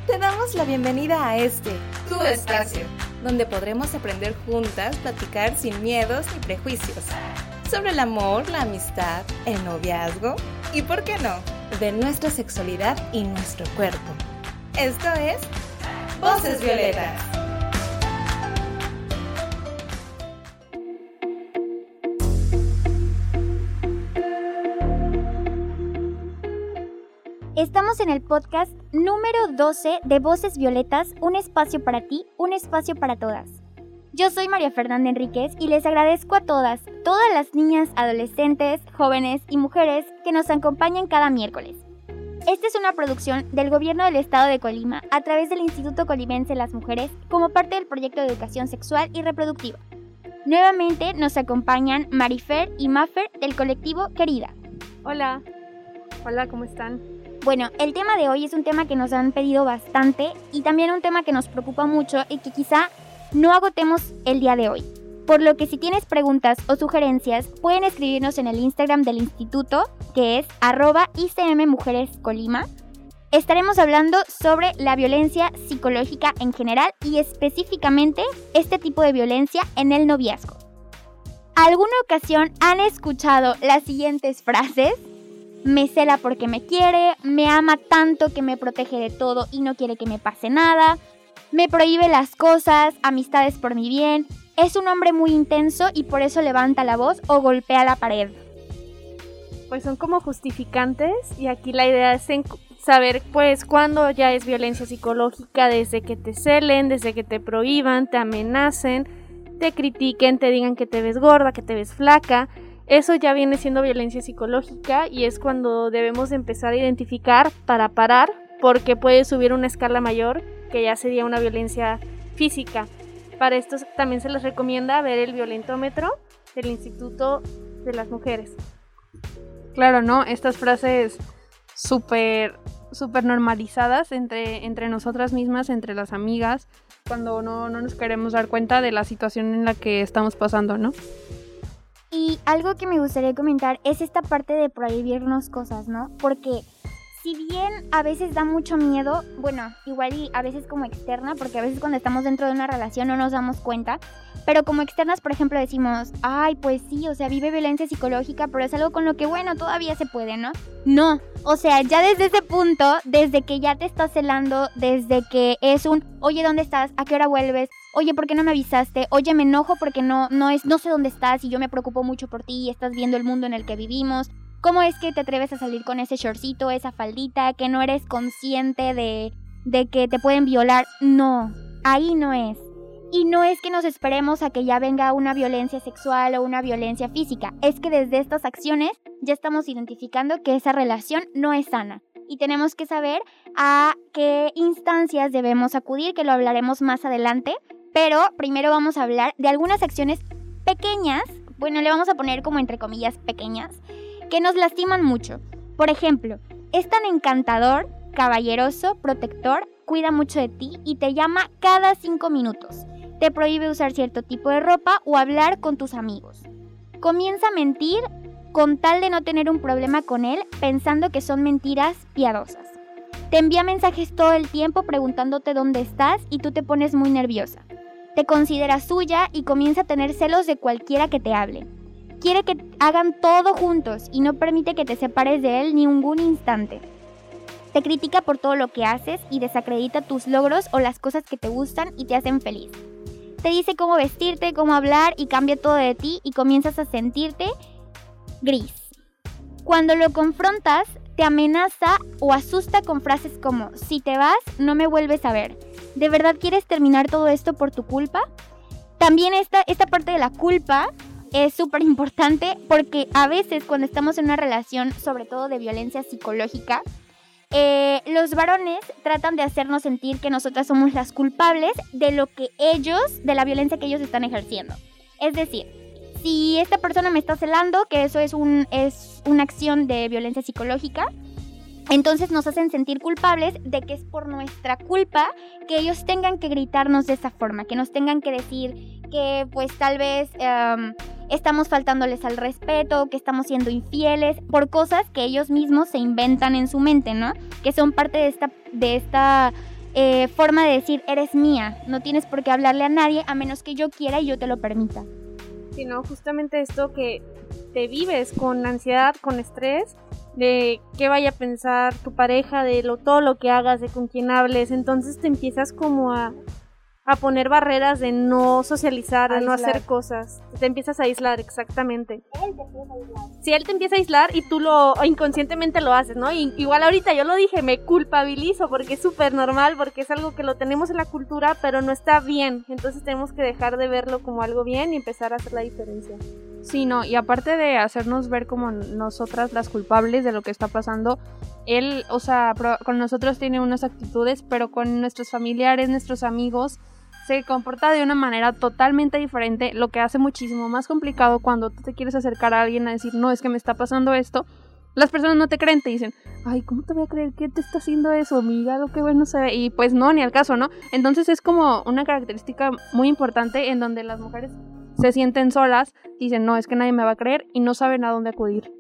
Te damos la bienvenida a tu espacio, donde podremos aprender juntas, platicar sin miedos ni prejuicios, sobre el amor, la amistad, el noviazgo y, ¿por qué no?, de nuestra sexualidad y nuestro cuerpo. Esto es Voces Violetas. Estamos en el podcast número 12 de Voces Violetas, un espacio para ti, un espacio para todas. Yo soy María Fernanda Enríquez y les agradezco a todas las niñas, adolescentes, jóvenes y mujeres que nos acompañan cada miércoles. Esta es una producción del Gobierno del Estado de Colima a través del Instituto Colimense de las Mujeres como parte del proyecto de educación sexual y reproductiva. Nuevamente nos acompañan Marifer y Mafer del colectivo Querida. Hola, ¿cómo están? Bueno, el tema de hoy es un tema que nos han pedido bastante y también un tema que nos preocupa mucho y que quizá no agotemos el día de hoy. Por lo que si tienes preguntas o sugerencias, pueden escribirnos en el Instagram del instituto, que es @ICMMujeresColima. Estaremos hablando sobre la violencia psicológica en general y específicamente este tipo de violencia en el noviazgo. ¿Alguna ocasión han escuchado las siguientes frases? Me cela porque me quiere, me ama tanto que me protege de todo y no quiere que me pase nada, me prohíbe las cosas, amistades por mi bien, es un hombre muy intenso y por eso levanta la voz o golpea la pared. Pues son como justificantes y aquí la idea es saber pues cuándo ya es violencia psicológica, desde que te celen, desde que te prohíban, te amenacen, te critiquen, te digan que te ves gorda, que te ves flaca. Eso ya viene siendo violencia psicológica y es cuando debemos empezar a identificar para parar, porque puede subir una escala mayor, que ya sería una violencia física. Para esto también se les recomienda ver el violentómetro del Instituto de las Mujeres. Claro, ¿no? Estas frases súper normalizadas entre nosotras mismas, entre las amigas, cuando no nos queremos dar cuenta de la situación en la que estamos pasando, ¿no? Y algo que me gustaría comentar es esta parte de prohibirnos cosas, ¿no? Porque si bien a veces da mucho miedo, bueno, igual y a veces como externa, porque a veces cuando estamos dentro de una relación no nos damos cuenta, pero como externas, por ejemplo, decimos, ay, pues sí, o sea, vive violencia psicológica, pero es algo con lo que, bueno, todavía se puede, ¿no? No, o sea, ya desde ese punto, desde que ya te estás celando, desde que es un, oye, ¿dónde estás? ¿A qué hora vuelves? Oye, ¿por qué no me avisaste? Oye, me enojo porque no sé dónde estás y yo me preocupo mucho por ti y estás viendo el mundo en el que vivimos. ¿Cómo es que te atreves a salir con ese shortcito, esa faldita, que no eres consciente de que te pueden violar? No, ahí no es. Y no es que nos esperemos a que ya venga una violencia sexual o una violencia física. Es que desde estas acciones ya estamos identificando que esa relación no es sana. Y tenemos que saber a qué instancias debemos acudir, que lo hablaremos más adelante. Pero primero vamos a hablar de algunas acciones pequeñas, bueno, le vamos a poner como entre comillas pequeñas, que nos lastiman mucho. Por ejemplo, es tan encantador, caballeroso, protector, cuida mucho de ti y te llama cada 5 minutos. Te prohíbe usar cierto tipo de ropa o hablar con tus amigos. Comienza a mentir con tal de no tener un problema con él, pensando que son mentiras piadosas. Te envía mensajes todo el tiempo preguntándote dónde estás y tú te pones muy nerviosa. Te considera suya y comienza a tener celos de cualquiera que te hable. Quiere que hagan todo juntos y no permite que te separes de él ni ningún instante. Te critica por todo lo que haces y desacredita tus logros o las cosas que te gustan y te hacen feliz. Te dice cómo vestirte, cómo hablar y cambia todo de ti y comienzas a sentirte gris. Cuando lo confrontas, te amenaza o asusta con frases como, si te vas, no me vuelves a ver. ¿De verdad quieres terminar todo esto por tu culpa? También esta parte de la culpa es súper importante porque a veces cuando estamos en una relación, sobre todo de violencia psicológica, los varones tratan de hacernos sentir que nosotras somos las culpables de de la violencia que ellos están ejerciendo. Es decir, si esta persona me está celando, que eso es una acción de violencia psicológica, entonces nos hacen sentir culpables de que es por nuestra culpa que ellos tengan que gritarnos de esa forma, que nos tengan que decir que pues tal vez estamos faltándoles al respeto, que estamos siendo infieles, por cosas que ellos mismos se inventan en su mente, ¿no? Que son parte de esta forma de decir eres mía, no tienes por qué hablarle a nadie a menos que yo quiera y yo te lo permita. Sino justamente esto que te vives con ansiedad, con estrés, de qué vaya a pensar tu pareja, de todo lo que hagas, de con quién hables, entonces te empiezas como a poner barreras de no socializar, de no hacer cosas, te empiezas a aislar, exactamente. Él te empieza a aislar. Si él te empieza a aislar y tú inconscientemente lo haces, ¿no? Y igual ahorita yo lo dije, me culpabilizo porque es súper normal, porque es algo que lo tenemos en la cultura, pero no está bien, entonces tenemos que dejar de verlo como algo bien y empezar a hacer la diferencia. Sí, no, y aparte de hacernos ver como nosotras las culpables de lo que está pasando, él, o sea, con nosotros tiene unas actitudes, pero con nuestros familiares, nuestros amigos, se comporta de una manera totalmente diferente, lo que hace muchísimo más complicado cuando tú te quieres acercar a alguien a decir, no, es que me está pasando esto. Las personas no te creen, te dicen, ay, ¿cómo te voy a creer que te está haciendo eso? Mira lo que bueno se ve. Y pues no, ni al caso, ¿no? Entonces es como una característica muy importante en donde las mujeres se sienten solas, dicen, no, es que nadie me va a creer y no saben a dónde acudir.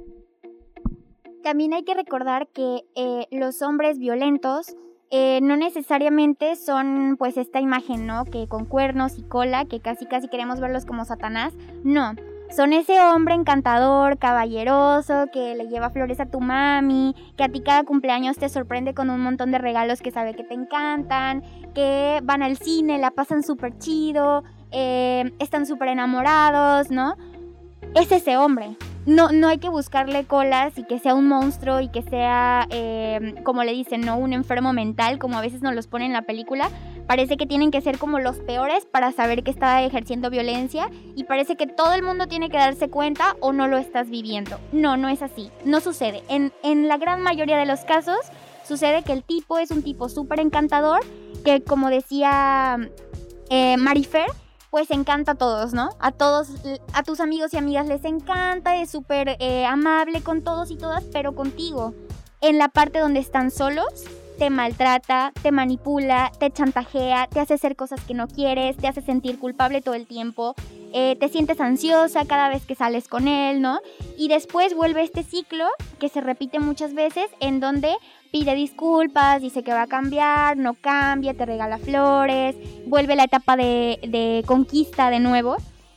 También hay que recordar que los hombres violentos no necesariamente son pues esta imagen, ¿no? Que con cuernos y cola, que casi queremos verlos como Satanás. No, son ese hombre encantador, caballeroso, que le lleva flores a tu mami, que a ti cada cumpleaños te sorprende con un montón de regalos que sabe que te encantan, que van al cine, la pasan súper chido, están súper enamorados, ¿no? Es ese hombre. No hay que buscarle colas y que sea un monstruo y que sea, como le dicen, ¿no? Un enfermo mental, como a veces nos los ponen en la película. Parece que tienen que ser como los peores para saber que está ejerciendo violencia y parece que todo el mundo tiene que darse cuenta o no lo estás viviendo. No es así, no sucede. En la gran mayoría de los casos sucede que el tipo es un tipo súper encantador, que como decía Marifer, pues encanta a todos, ¿no? A todos, a tus amigos y amigas les encanta, es súper amable con todos y todas, pero contigo, en la parte donde están solos, te maltrata, te manipula, te chantajea, te hace hacer cosas que no quieres, te hace sentir culpable todo el tiempo, te sientes ansiosa cada vez que sales con él, ¿no? Y después vuelve este ciclo que se repite muchas veces en donde pide disculpas, dice que va a cambiar, no cambia, te regala flores, vuelve la etapa de conquista de nuevo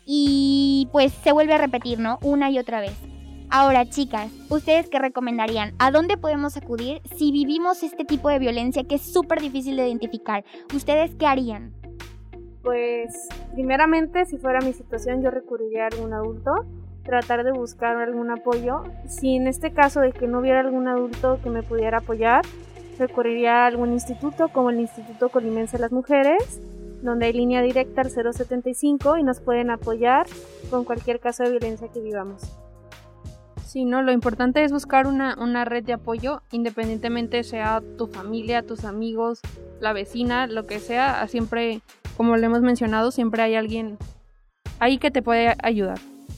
y pues se vuelve a repetir, ¿no? Una y otra vez. Ahora, chicas, ¿ustedes qué recomendarían? ¿A dónde podemos acudir si vivimos este tipo de violencia que es súper difícil de identificar? ¿Ustedes qué harían? Pues, primeramente, si fuera mi situación, yo recurriría a algún adulto, tratar de buscar algún apoyo. Si en este caso de que no hubiera algún adulto que me pudiera apoyar, recurriría a algún instituto, como el Instituto Colimense de las Mujeres, donde hay línea directa al 075 y nos pueden apoyar con cualquier caso de violencia que vivamos. Sí, no, lo importante es buscar una red de apoyo, independientemente sea tu familia, tus amigos, la vecina, lo que sea, siempre, como lo hemos mencionado, siempre hay alguien ahí que te puede ayudar.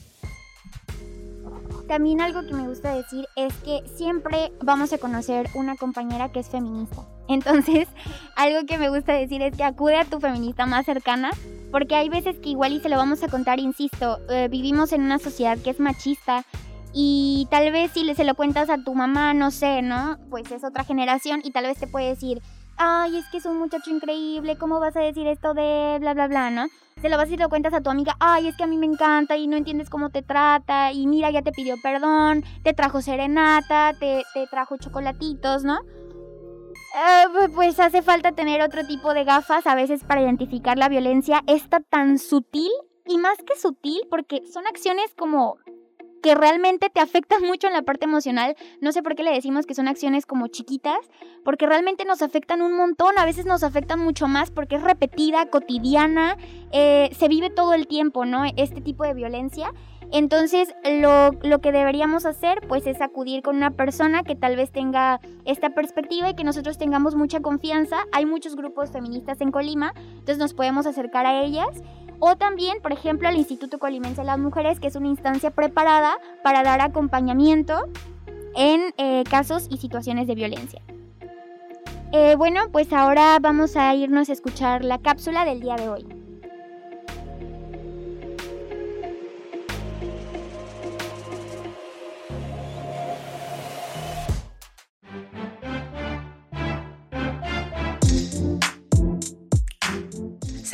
También algo que me gusta decir es que siempre vamos a conocer una compañera que es feminista. Entonces, algo que me gusta decir es que acude a tu feminista más cercana, porque hay veces que igual y se lo vamos a contar, insisto, vivimos en una sociedad que es machista, y tal vez si se lo cuentas a tu mamá, no sé, ¿no? Pues es otra generación y tal vez te puede decir, ay, es que es un muchacho increíble, ¿cómo vas a decir esto de bla, bla, bla, ¿no? Se lo vas y lo cuentas a tu amiga, ay, es que a mí me encanta y no entiendes cómo te trata y mira, ya te pidió perdón, te trajo serenata, te trajo chocolatitos, ¿no? Pues hace falta tener otro tipo de gafas a veces para identificar la violencia, esta tan sutil y más que sutil porque son acciones como que realmente te afectan mucho en la parte emocional. No sé por qué le decimos que son acciones como chiquitas, porque realmente nos afectan un montón, a veces nos afectan mucho más porque es repetida, cotidiana, se vive todo el tiempo, ¿no? Este tipo de violencia. Entonces lo que deberíamos hacer pues es acudir con una persona que tal vez tenga esta perspectiva y que nosotros tengamos mucha confianza. Hay muchos grupos feministas en Colima, entonces nos podemos acercar a ellas. O también, por ejemplo, al Instituto Colimense de las Mujeres, que es una instancia preparada para dar acompañamiento en casos y situaciones de violencia. Bueno, pues ahora vamos a irnos a escuchar la cápsula del día de hoy.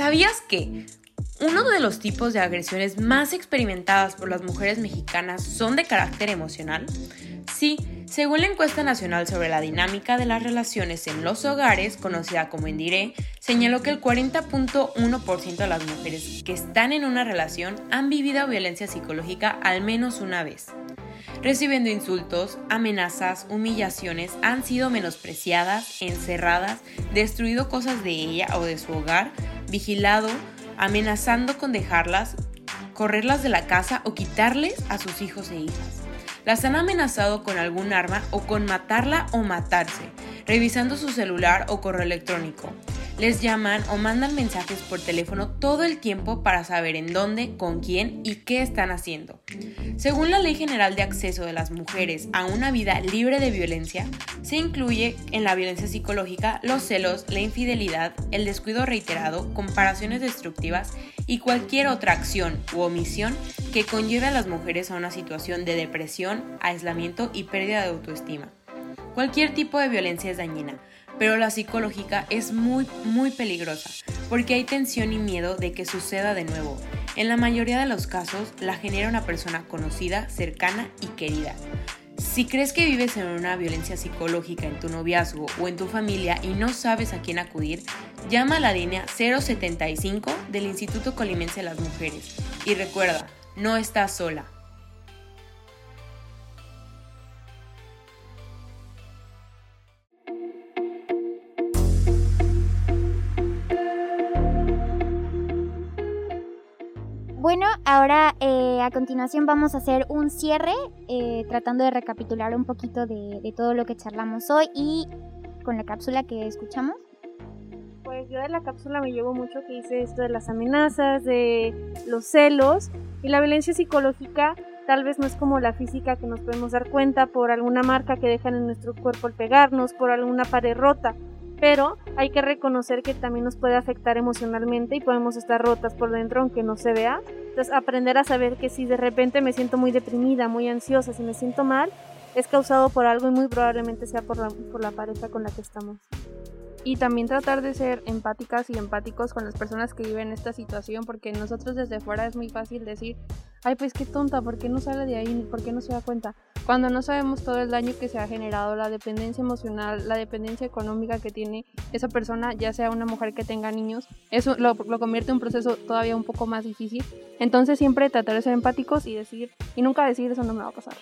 ¿Sabías que uno de los tipos de agresiones más experimentadas por las mujeres mexicanas son de carácter emocional? Sí, según la encuesta nacional sobre la dinámica de las relaciones en los hogares, conocida como ENDIRE, señaló que el 40.1% de las mujeres que están en una relación han vivido violencia psicológica al menos una vez. Recibiendo insultos, amenazas, humillaciones, han sido menospreciadas, encerradas, destruido cosas de ella o de su hogar, vigilado, amenazando con dejarlas, correrlas de la casa o quitarles a sus hijos e hijas. Las han amenazado con algún arma o con matarla o matarse, revisando su celular o correo electrónico. Les llaman o mandan mensajes por teléfono todo el tiempo para saber en dónde, con quién y qué están haciendo. Según la Ley General de Acceso de las Mujeres a una vida libre de violencia, se incluye en la violencia psicológica los celos, la infidelidad, el descuido reiterado, comparaciones destructivas y cualquier otra acción u omisión que conlleve a las mujeres a una situación de depresión, aislamiento y pérdida de autoestima. Cualquier tipo de violencia es dañina, pero la psicológica es muy peligrosa porque hay tensión y miedo de que suceda de nuevo. En la mayoría de los casos la genera una persona conocida, cercana y querida. Si crees que vives en una violencia psicológica en tu noviazgo o en tu familia y no sabes a quién acudir, llama a la línea 075 del Instituto Colimense de las Mujeres. Y recuerda, no estás sola. Bueno, ahora a continuación vamos a hacer un cierre, tratando de recapitular un poquito de todo lo que charlamos hoy y con la cápsula que escuchamos. Pues yo de la cápsula me llevo mucho que dice esto de las amenazas, de los celos y la violencia psicológica. Tal vez no es como la física, que nos podemos dar cuenta por alguna marca que dejan en nuestro cuerpo al pegarnos, por alguna pared rota, pero hay que reconocer que también nos puede afectar emocionalmente y podemos estar rotas por dentro aunque no se vea. Entonces aprender a saber que si de repente me siento muy deprimida, muy ansiosa, si me siento mal, es causado por algo y muy probablemente sea por la pareja con la que estamos. Y también tratar de ser empáticas y empáticos con las personas que viven esta situación, porque nosotros desde fuera es muy fácil decir, ay, pues qué tonta, ¿por qué no sale de ahí? ¿Por qué no se da cuenta? Cuando no sabemos todo el daño que se ha generado, la dependencia emocional, la dependencia económica que tiene esa persona, ya sea una mujer que tenga niños, eso lo convierte en un proceso todavía un poco más difícil. Entonces siempre tratar de ser empáticos y nunca decir eso no me va a pasar.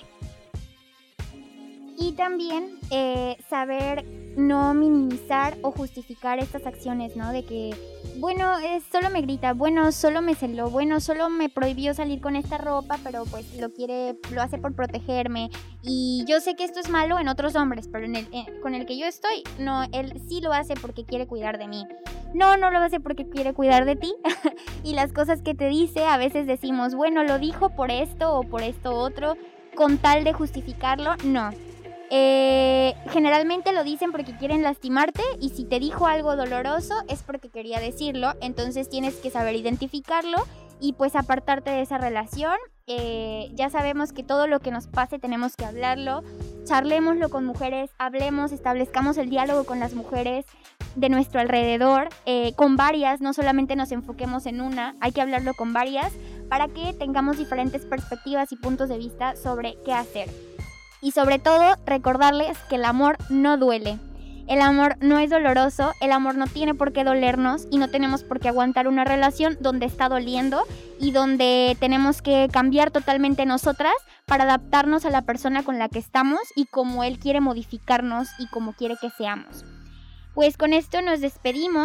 Y también saber no minimizar o justificar estas acciones, ¿no? De que, bueno, solo me grita, bueno, solo me celó, bueno, solo me prohibió salir con esta ropa, pero pues lo hace por protegerme. Y yo sé que esto es malo en otros hombres, pero con el que yo estoy, no, él sí lo hace porque quiere cuidar de mí. No lo hace porque quiere cuidar de ti. Y las cosas que te dice, a veces decimos, bueno, lo dijo por esto o por esto otro, con tal de justificarlo, no. Generalmente lo dicen porque quieren lastimarte, y si te dijo algo doloroso es porque quería decirlo. Entonces tienes que saber identificarlo y pues apartarte de esa relación. Ya sabemos que todo lo que nos pase tenemos que hablarlo, charlémoslo con mujeres, hablemos, establezcamos el diálogo con las mujeres de nuestro alrededor, con varias, no solamente nos enfoquemos en una, hay que hablarlo con varias para que tengamos diferentes perspectivas y puntos de vista sobre qué hacer. Y sobre todo, recordarles que el amor no duele. El amor no es doloroso, el amor no tiene por qué dolernos y no tenemos por qué aguantar una relación donde está doliendo y donde tenemos que cambiar totalmente nosotras para adaptarnos a la persona con la que estamos y como él quiere modificarnos y como quiere que seamos. Pues con esto nos despedimos.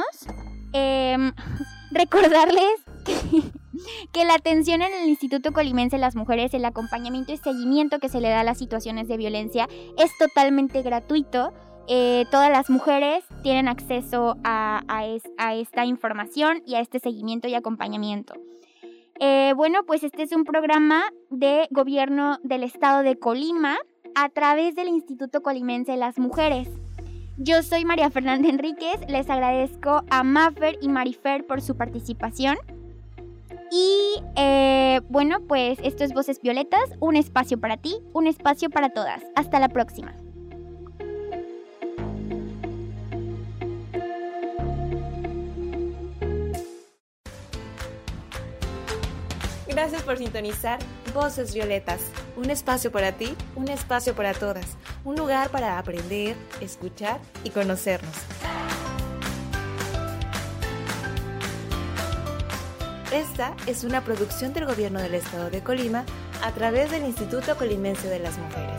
Recordarles que la atención en el Instituto Colimense de las Mujeres, el acompañamiento y seguimiento que se le da a las situaciones de violencia es totalmente gratuito. Todas las mujeres tienen acceso a esta información y a este seguimiento y acompañamiento. Bueno, pues este es un programa de gobierno del estado de Colima a través del Instituto Colimense de las Mujeres. Yo soy María Fernanda Enríquez, les agradezco a Maffer y Marifer por su participación. Y bueno, pues esto es Voces Violetas, un espacio para ti, un espacio para todas. Hasta la próxima. Gracias por sintonizar Voces Violetas, un espacio para ti, un espacio para todas, un lugar para aprender, escuchar y conocernos. Esta es una producción del Gobierno del Estado de Colima a través del Instituto Colimense de las Mujeres.